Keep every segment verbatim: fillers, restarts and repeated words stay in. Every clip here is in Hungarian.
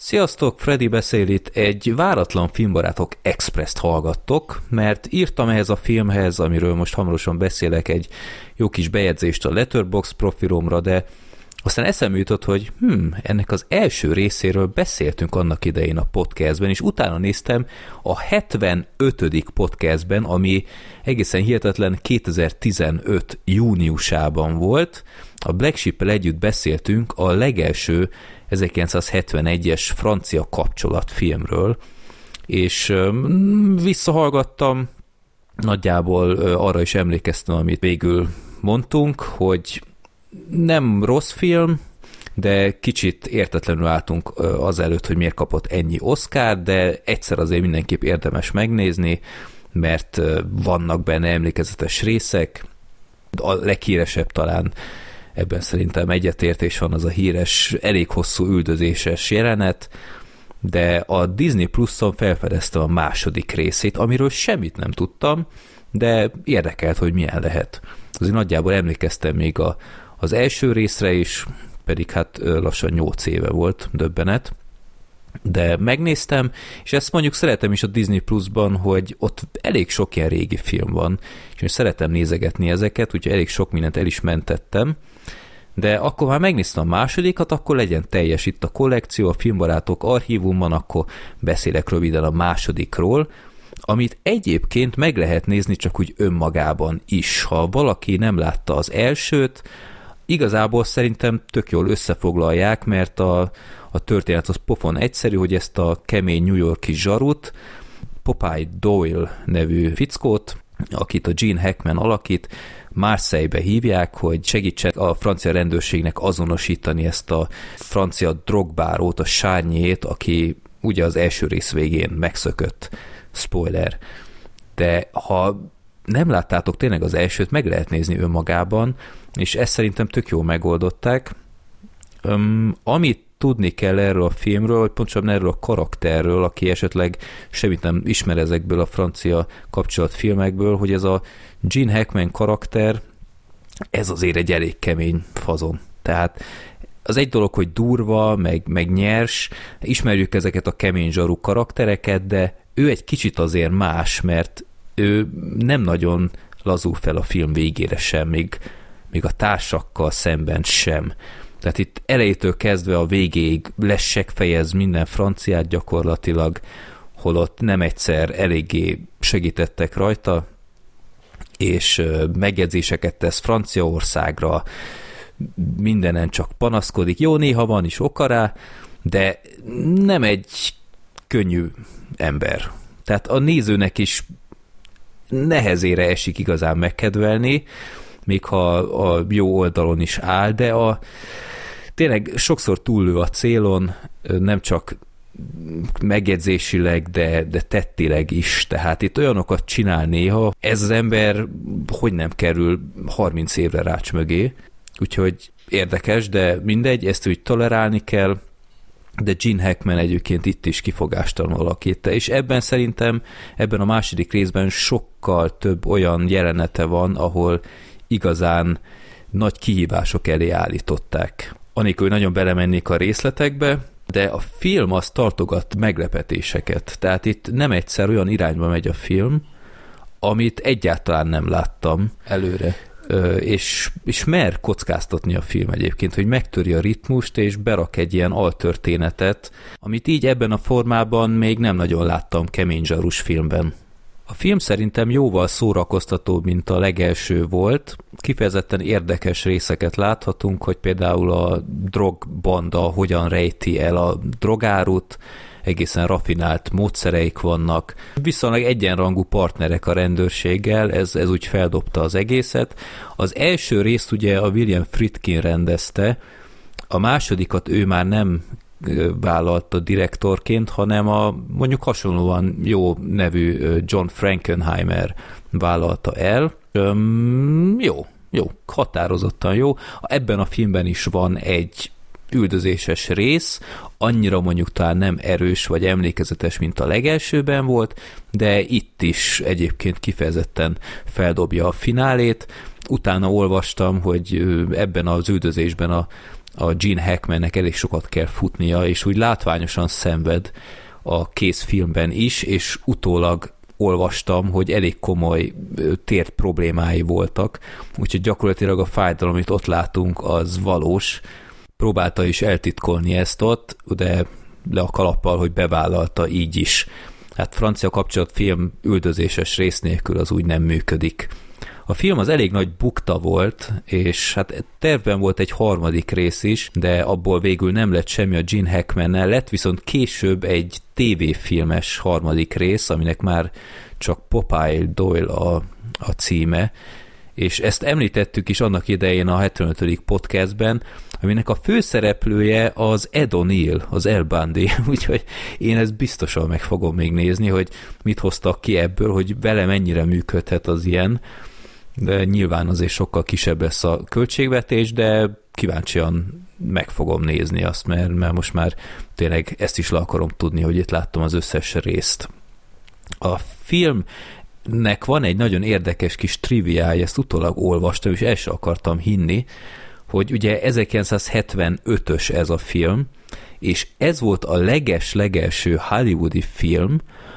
Sziasztok, Freddy beszél itt, egy Váratlan Filmbarátok Express-t hallgattok, mert írtam ehhez a filmhez, amiről most hamarosan beszélek, egy jó kis bejegyzést a Letterboxd profilomra, de aztán eszembe jutott, hogy hm, ennek az első részéről beszéltünk annak idején a podcastben, és utána néztem a hetvenötödik podcastben, ami egészen hihetetlen kétezer-tizenöt júniusában volt. A Black Sheep-el együtt beszéltünk a legelső ezerkilencszázhetvenegyes francia kapcsolatfilmről, és visszahallgattam, nagyjából arra is emlékeztem, amit végül mondtunk, hogy nem rossz film, de kicsit értetlenül álltunk azelőtt, hogy miért kapott ennyi Oscar, de egyszer azért mindenképp érdemes megnézni, mert vannak benne emlékezetes részek. A leghíresebb talán ebben szerintem egyetértés van, az a híres, elég hosszú üldözéses jelenet, de a Disney Pluson felfedezte a második részét, amiről semmit nem tudtam, de érdekelt, hogy milyen lehet. Azért nagyjából emlékeztem még a, az első részre is, pedig hát lassan nyolc éve volt, döbbenet, de megnéztem, és ezt mondjuk szeretem is a Disney Plusban, hogy ott elég sok ilyen régi film van, és én szeretem nézegetni ezeket, úgyhogy elég sok mindent el is mentettem, de akkor már megnéztem a másodikat, akkor legyen teljes itt a kollekció, a Filmbarátok archívumban, akkor beszélek röviden a másodikról, amit egyébként meg lehet nézni csak úgy önmagában is. Ha valaki nem látta az elsőt, igazából szerintem tök jól összefoglalják, mert a, a történet az pofon egyszerű, hogy ezt a kemény New York-i zsarut, Popeye Doyle nevű fickót, akit a Gene Hackman alakít, Marseille-be hívják, hogy segítsen a francia rendőrségnek azonosítani ezt a francia drogbárót, a Sárnyét, aki ugye az első rész végén megszökött. Spoiler. De ha nem láttátok tényleg az elsőt, meg lehet nézni önmagában, és ezt szerintem tök jól megoldották. Um, amit tudni kell erről a filmről, vagy pontosabban erről a karakterről, aki esetleg semmit nem ismer ezekből a francia kapcsolatfilmekből, hogy ez a Gene Hackman karakter, ez azért egy elég kemény fazon. Tehát az egy dolog, hogy durva, meg, meg nyers, ismerjük ezeket a kemény zsarú karaktereket, de ő egy kicsit azért más, mert ő nem nagyon lazul fel a film végére sem, még, még a társakkal szemben sem. Tehát itt elejétől kezdve a végéig lesseggfejez minden franciát gyakorlatilag, holott nem egyszer eléggé segítettek rajta, és megjegyzéseket tesz Franciaországra, mindenen csak panaszkodik. Jó, néha van is oka rá, de nem egy könnyű ember. Tehát a nézőnek is nehezére esik igazán megkedvelni, még ha a jó oldalon is áll, de a tényleg sokszor túllő a célon, nem csak megjegyzésileg, de, de tettileg is. Tehát itt olyanokat csinál néha, ez az ember hogy nem kerül harminc évre rács mögé. Úgyhogy érdekes, de mindegy, ezt úgy tolerálni kell, de Gene Hackman egyébként itt is kifogástalan alakítta, és ebben szerintem, ebben a második részben sokkal több olyan jelenete van, ahol igazán nagy kihívások elé állították. Anélkül, hogy nagyon belemennék a részletekbe, de a film az tartogat meglepetéseket. Tehát itt nem egyszer olyan irányba megy a film, amit egyáltalán nem láttam előre. Ö, és, és mer kockáztatni a film egyébként, hogy megtöri a ritmust, és berak egy ilyen altörténetet, amit így ebben a formában még nem nagyon láttam kemény zsarus filmben. A film szerintem jóval szórakoztatóbb, mint a legelső volt. Kifejezetten érdekes részeket láthatunk, hogy például a drogbanda hogyan rejti el a drogárut, egészen raffinált módszereik vannak. Viszonylag egyenrangú partnerek a rendőrséggel, ez, ez úgy feldobta az egészet. Az első részt ugye a William Friedkin rendezte, a másodikat ő már nem vállalta direktorként, hanem a mondjuk hasonlóan jó nevű John Frankenheimer vállalta el. Öm, jó, jó, határozottan jó. Ebben a filmben is van egy üldözéses rész, annyira mondjuk talán nem erős vagy emlékezetes, mint a legelsőben volt, de itt is egyébként kifejezetten feldobja a finálét. Utána olvastam, hogy ebben az üldözésben a a Gene Hackmannek elég sokat kell futnia, és úgy látványosan szenved a készfilmben is, és utólag olvastam, hogy elég komoly tért problémái voltak, úgyhogy gyakorlatilag a fájdalom, amit ott látunk, az valós. Próbálta is eltitkolni ezt ott, de le a kalappal, hogy bevállalta így is. Hát francia kapcsolatfilm üldözéses rész nélkül az úgy nem működik. A film az elég nagy bukta volt, és hát tervben volt egy harmadik rész is, de abból végül nem lett semmi a Gene Hackmannel, lett viszont később egy tévéfilmes harmadik rész, aminek már csak Popeye Doyle a, a címe, és ezt említettük is annak idején a hetvenötödik podcastben, aminek a főszereplője az Ed O'Neill, az El Bundy, úgyhogy én ezt biztosan meg fogom még nézni, hogy mit hoztak ki ebből, hogy vele mennyire működhet az ilyen, de nyilván azért sokkal kisebb lesz a költségvetés, de kíváncsian meg fogom nézni azt, mert, mert most már tényleg ezt is le akarom tudni, hogy itt láttam az összes részt. A filmnek van egy nagyon érdekes kis triviája, ezt utólag olvastam, és el sem akartam hinni, hogy ugye ezerkilencszázhetvenötös ez a film, és ez volt a leges-legelső hollywoodi film,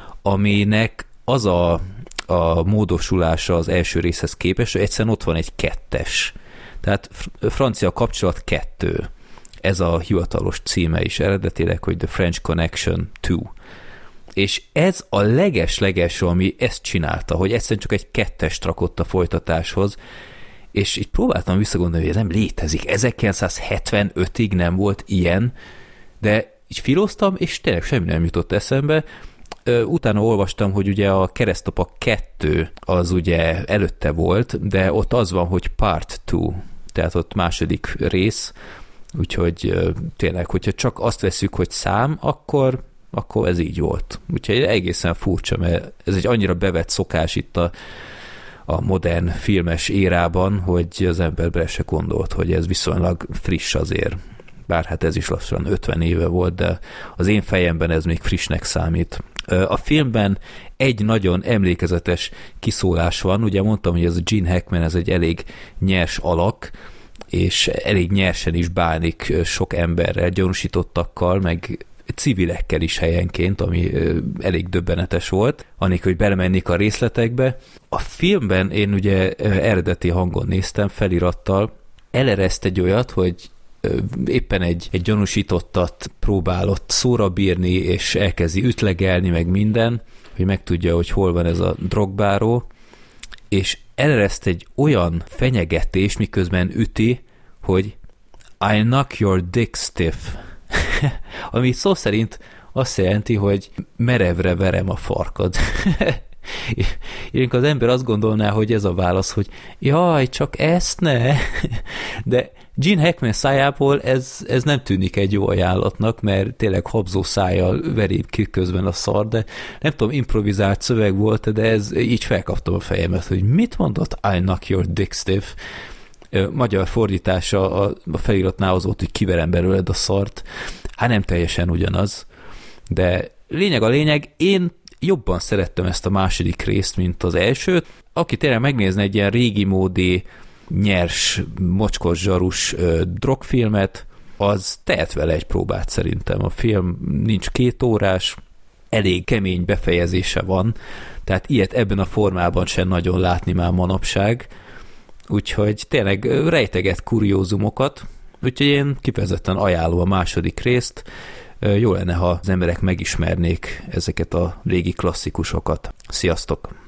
aminek az a a módosulása az első részhez képest, hogy egyszerűen ott van egy kettes. Tehát francia kapcsolat kettő. Ez a hivatalos címe is eredetileg, hogy The French Connection kettő. És ez a leges-leges, ami ezt csinálta, hogy egyszerűen csak egy kettest rakott a folytatáshoz, és így próbáltam visszagondolni, hogy ez nem létezik. ezerkilencszázhetvenötig nem volt ilyen, de így filoztam, és tényleg semmi nem jutott eszembe. Utána olvastam, hogy ugye a Keresztapa kettő az ugye előtte volt, de ott az van, hogy part kettő, tehát ott második rész, úgyhogy tényleg, hogyha csak azt veszük, hogy szám, akkor, akkor ez így volt. Úgyhogy egészen furcsa, mert ez egy annyira bevett szokás itt a, a modern filmes érában, hogy az ember bele se gondolt, hogy ez viszonylag friss azért. Bár hát ez is lassan ötven éve volt, de az én fejemben ez még frissnek számít. A filmben egy nagyon emlékezetes kiszólás van, ugye mondtam, hogy ez a Gene Hackman, ez egy elég nyers alak, és elég nyersen is bánik sok emberrel, gyanúsítottakkal, meg civilekkel is helyenként, ami elég döbbenetes volt, anélkül, hogy belemennék a részletekbe. A filmben én ugye eredeti hangon néztem, felirattal, elereszt egy olyat, hogy éppen egy, egy gyanúsítottat próbálott szóra bírni, és elkezdi ütlegelni, meg minden, hogy megtudja, hogy hol van ez a drogbáró, és elereszt egy olyan fenyegetés, miközben üti, hogy I'll knock your dick stiff. Ami szó szerint azt jelenti, hogy merevre verem a farkad. Ilyenkor az ember azt gondolná, hogy ez a válasz, hogy jaj, csak ezt ne. De Gene Hackman szájából ez, ez nem tűnik egy jó ajánlatnak, mert tényleg habzó szájjal veri ki közben a szar, de nem tudom, improvizált szöveg volt, de ez így felkaptam a fejemet, hogy mit mondott? I'll knock your dick stiff. Magyar fordítása a feliratnál az volt, hogy kiverem belőled a szart. Hát nem teljesen ugyanaz, de lényeg a lényeg, én jobban szerettem ezt a második részt, mint az elsőt. Aki tényleg megnézne egy ilyen régi módi, nyers, mocskos zsarus ö, drogfilmet, az tehet vele egy próbát szerintem. A film nincs két órás, elég kemény befejezése van, tehát ilyet ebben a formában sem nagyon látni már manapság, úgyhogy tényleg rejteget kuriózumokat, úgyhogy én kifejezetten ajánlom a második részt. Jó lenne, ha az emberek megismernék ezeket a régi klasszikusokat. Sziasztok!